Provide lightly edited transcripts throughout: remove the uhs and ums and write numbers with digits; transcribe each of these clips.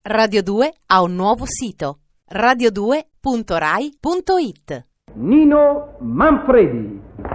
Radio 2 ha un nuovo sito, radio2.rai.it. Nino Manfredi.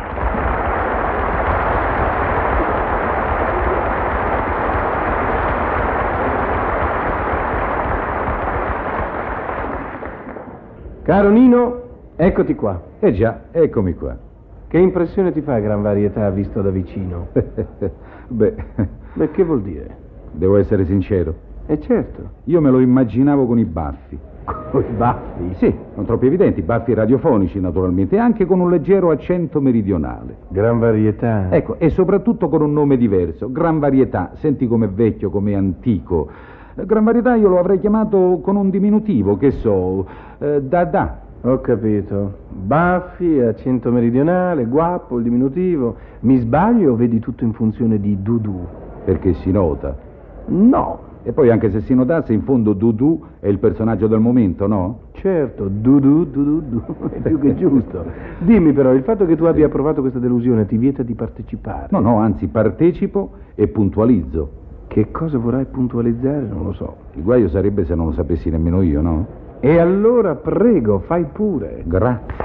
Caro Nino, eccoti qua. Già, eccomi qua. Che impressione ti fa Gran Varietà visto da vicino? Beh, Che vuol dire? devo essere sincero. Certo. Io me lo immaginavo con i baffi. Con i baffi? Sì, non troppo evidenti, baffi radiofonici naturalmente, e anche con un leggero accento meridionale. Gran Varietà. Ecco, e soprattutto con un nome diverso, Gran Varietà. Senti com'è vecchio, com'è antico. Gran Varietà io lo avrei chiamato con un diminutivo, che so, Dada. Ho capito. Baffi, accento meridionale, guappo, il diminutivo. Mi sbaglio o vedi tutto in funzione di Dudu? Perché si nota. No. E poi anche se si notasse, in fondo Dudu è il personaggio del momento, no? Certo, Dudu, è più che giusto. Dimmi però, il fatto che tu abbia provato questa delusione ti vieta di partecipare? No, anzi partecipo e puntualizzo. Che cosa vorrai puntualizzare? Non lo so. Il guaio sarebbe se non lo sapessi nemmeno io, no? E allora, prego, fai pure. Grazie.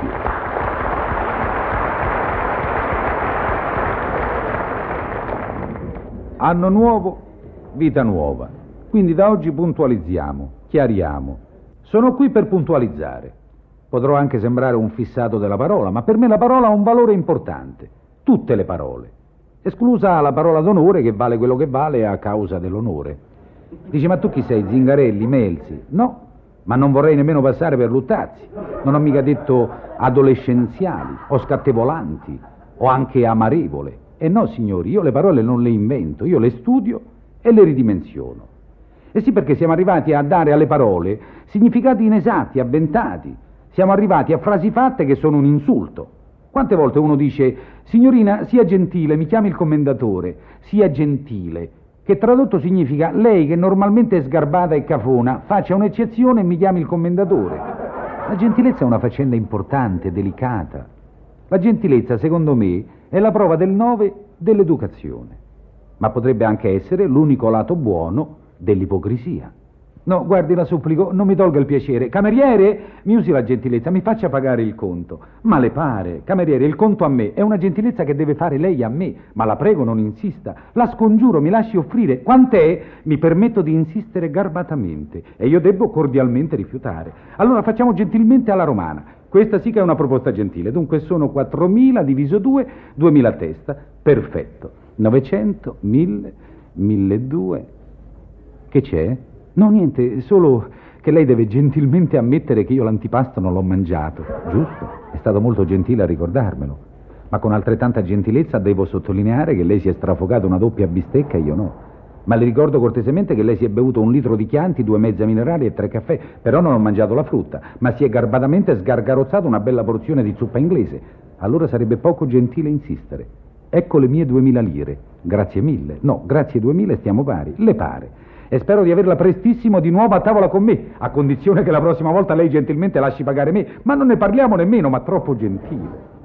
Anno nuovo, vita nuova. Quindi da oggi puntualizziamo, chiariamo. Sono qui per puntualizzare. Potrò anche sembrare un fissato della parola, ma per me la parola ha un valore importante. Tutte le parole. Esclusa la parola d'onore, che vale quello che vale a causa dell'onore. Dici, ma tu chi sei? Zingarelli, Melzi? No, ma non vorrei nemmeno passare per Luttazzi. Non ho mica detto adolescenziali, o scattevolanti, o anche amarevole. E no, signori, io le parole non le invento, io le studio e le ridimensiono. E sì, perché siamo arrivati a dare alle parole significati inesatti, avventati. Siamo arrivati a frasi fatte che sono un insulto. Quante volte uno dice, signorina, sia gentile, mi chiami il commendatore, sia gentile, che tradotto significa, lei che normalmente è sgarbata e cafona, faccia un'eccezione e mi chiami il commendatore. La gentilezza è una faccenda importante, delicata. La gentilezza, secondo me, è la prova del 9 dell'educazione. Ma potrebbe anche essere l'unico lato buono dell'ipocrisia. No, guardi, la supplico, non mi tolga il piacere. Cameriere, mi usi la gentilezza, mi faccia pagare il conto. Ma le pare, cameriere, il conto a me è una gentilezza che deve fare lei a me, ma la prego non insista. La scongiuro, mi lasci offrire. Quant'è? Mi permetto di insistere garbatamente e io debbo cordialmente rifiutare. Allora facciamo gentilmente alla romana. Questa sì che è una proposta gentile. Dunque sono 4.000 diviso 2, 2.000 a testa. Perfetto. 900, 1.000, 1.200. Che c'è? No, niente, solo che lei deve gentilmente ammettere che io l'antipasto non l'ho mangiato, giusto? È stato molto gentile a ricordarmelo. Ma con altrettanta gentilezza devo sottolineare che lei si è strafogato una doppia bistecca e io no. Ma le ricordo cortesemente che lei si è bevuto 1 litro di Chianti, 2 mezza minerali e 3 caffè. Però non ho mangiato la frutta, ma si è garbatamente sgargarozzato una bella porzione di zuppa inglese. Allora sarebbe poco gentile insistere. Ecco le mie 2.000 lire. Grazie mille. No, grazie 2.000 e stiamo pari. Le pare. E spero di averla prestissimo di nuovo a tavola con me, a condizione che la prossima volta lei gentilmente lasci pagare me, ma non ne parliamo nemmeno, ma troppo gentile.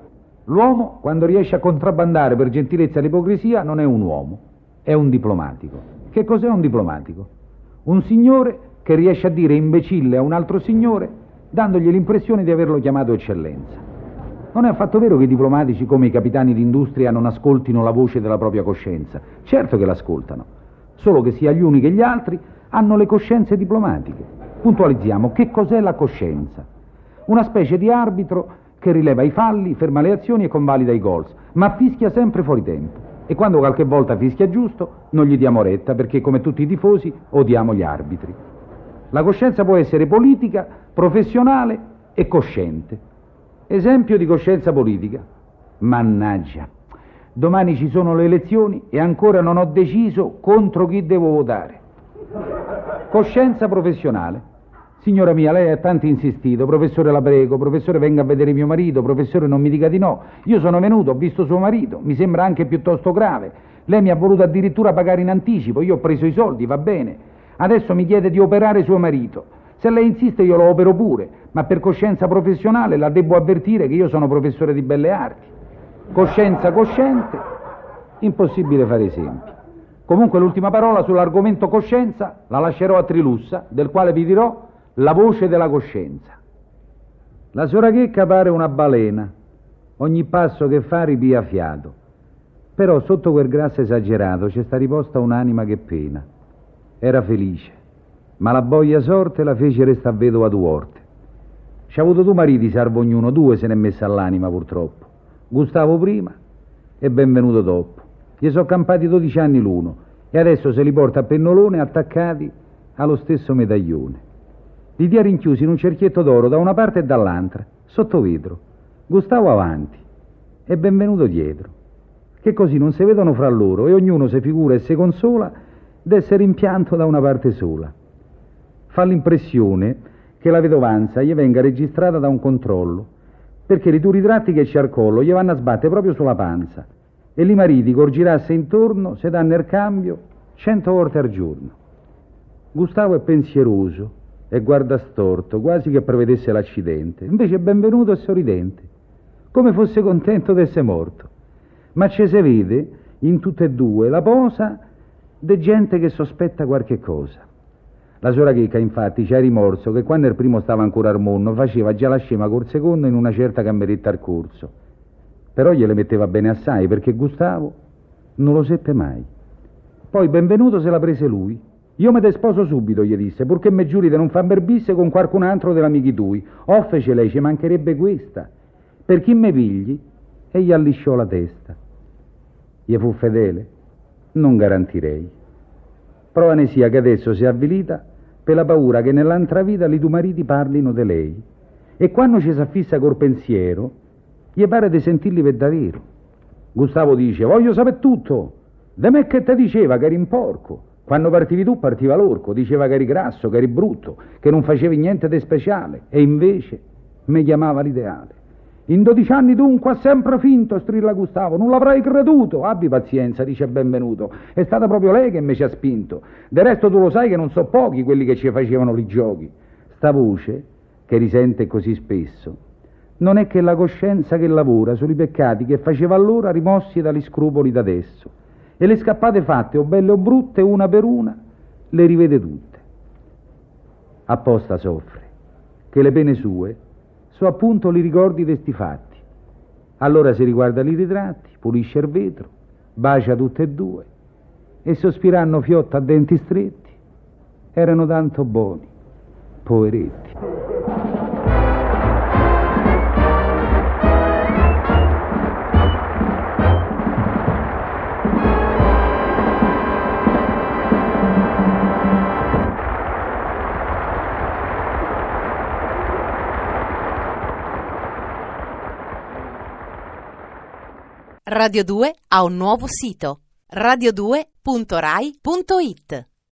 L'uomo, quando riesce a contrabbandare per gentilezza l'ipocrisia, non è un uomo, è un diplomatico. Che cos'è un diplomatico? Un signore che riesce a dire imbecille a un altro signore, dandogli l'impressione di averlo chiamato eccellenza. Non è affatto vero che i diplomatici, come i capitani d'industria, non ascoltino la voce della propria coscienza. Certo che l'ascoltano. Solo che sia gli uni che gli altri hanno le coscienze diplomatiche. Puntualizziamo, che cos'è la coscienza? Una specie di arbitro che rileva i falli, ferma le azioni e convalida i gols, ma fischia sempre fuori tempo. E quando qualche volta fischia giusto, non gli diamo retta, perché come tutti i tifosi odiamo gli arbitri. La coscienza può essere politica, professionale e cosciente. Esempio di coscienza politica. Mannaggia. Domani ci sono le elezioni e ancora non ho deciso contro chi devo votare. Coscienza professionale. Signora mia, lei ha tanto insistito. Professore, la prego. Professore, venga a vedere mio marito. Professore, non mi dica di no. Io sono venuto, ho visto suo marito. Mi sembra anche piuttosto grave. Lei mi ha voluto addirittura pagare in anticipo. Io ho preso i soldi, va bene. Adesso mi chiede di operare suo marito. Se lei insiste io lo opero pure, ma per coscienza professionale la debbo avvertire che io sono professore di belle arti. Coscienza cosciente, impossibile fare esempi. Comunque l'ultima parola sull'argomento coscienza la lascerò a Trilussa, del quale vi dirò la voce della coscienza. La sora Checca pare una balena, ogni passo che fa ripia fiato, però sotto quel grasso esagerato c'è sta riposta un'anima che pena. Era felice, ma la boia sorte la fece resta vedova due volte. Ci ha avuto due mariti, salvo ognuno, due se n'è messa all'anima purtroppo. Gustavo prima e Benvenuto dopo. Gli sono campati 12 anni l'uno e adesso se li porta a pennolone attaccati allo stesso medaglione. Li dia rinchiusi in un cerchietto d'oro da una parte e dall'altra, sotto vetro. Gustavo avanti e Benvenuto dietro, che così non si vedono fra loro e ognuno si figura e si consola d'essere in pianto da una parte sola. Fa l'impressione che la vedovanza gli venga registrata da un controllo, perché i duri tratti che c'è al collo gli vanno a sbattere proprio sulla panza e i mariti col girarsi intorno se danno il cambio 100 volte al giorno. Gustavo è pensieroso e guarda storto, quasi che prevedesse l'accidente. Invece Benvenuto è sorridente, come fosse contento d'essere morto. Ma ci si vede in tutte e due la posa de gente che sospetta qualche cosa. La sora Checca infatti c'ha rimorso che quando il primo stava ancora al monno faceva già la scema col secondo in una certa cameretta al corso. Però gliele metteva bene assai perché Gustavo non lo seppe mai. Poi Benvenuto se la prese lui. Io me te sposo subito, gli disse, purché me giuri di non far berbisse con qualcun altro dell'amichi tui. Fece lei, ci mancherebbe questa. Per chi me pigli? E gli allisciò la testa. Gli fu fedele? Non garantirei. Prova ne sia che adesso si è avvilita per la paura che nell'altra vita li due mariti parlino di lei. E quando ci s'affissa col pensiero, gli pare di sentirli per davvero. Gustavo dice, voglio sapere tutto. De me che te diceva che eri un porco. Quando partivi tu partiva l'orco, diceva che eri grasso, che eri brutto, che non facevi niente di speciale. E invece mi chiamava l'ideale. In 12 anni dunque ha sempre finto, strilla Gustavo, non l'avrei creduto. Abbi pazienza, dice Benvenuto, è stata proprio lei che mi ci ha spinto. Del resto tu lo sai che non so pochi quelli che ci facevano i giochi. Sta voce, che risente così spesso, non è che la coscienza che lavora sui peccati che faceva allora rimossi dagli scrupoli d'adesso. E le scappate fatte, o belle o brutte, una per una, le rivede tutte. Apposta soffre, che le pene sue so appunto li ricordi di sti fatti. Allora si riguarda i ritratti, pulisce il vetro, bacia tutte e due e sospiranno fiotta a denti stretti. Erano tanto buoni, poveretti. Radio 2 ha un nuovo sito, radio2.rai.it.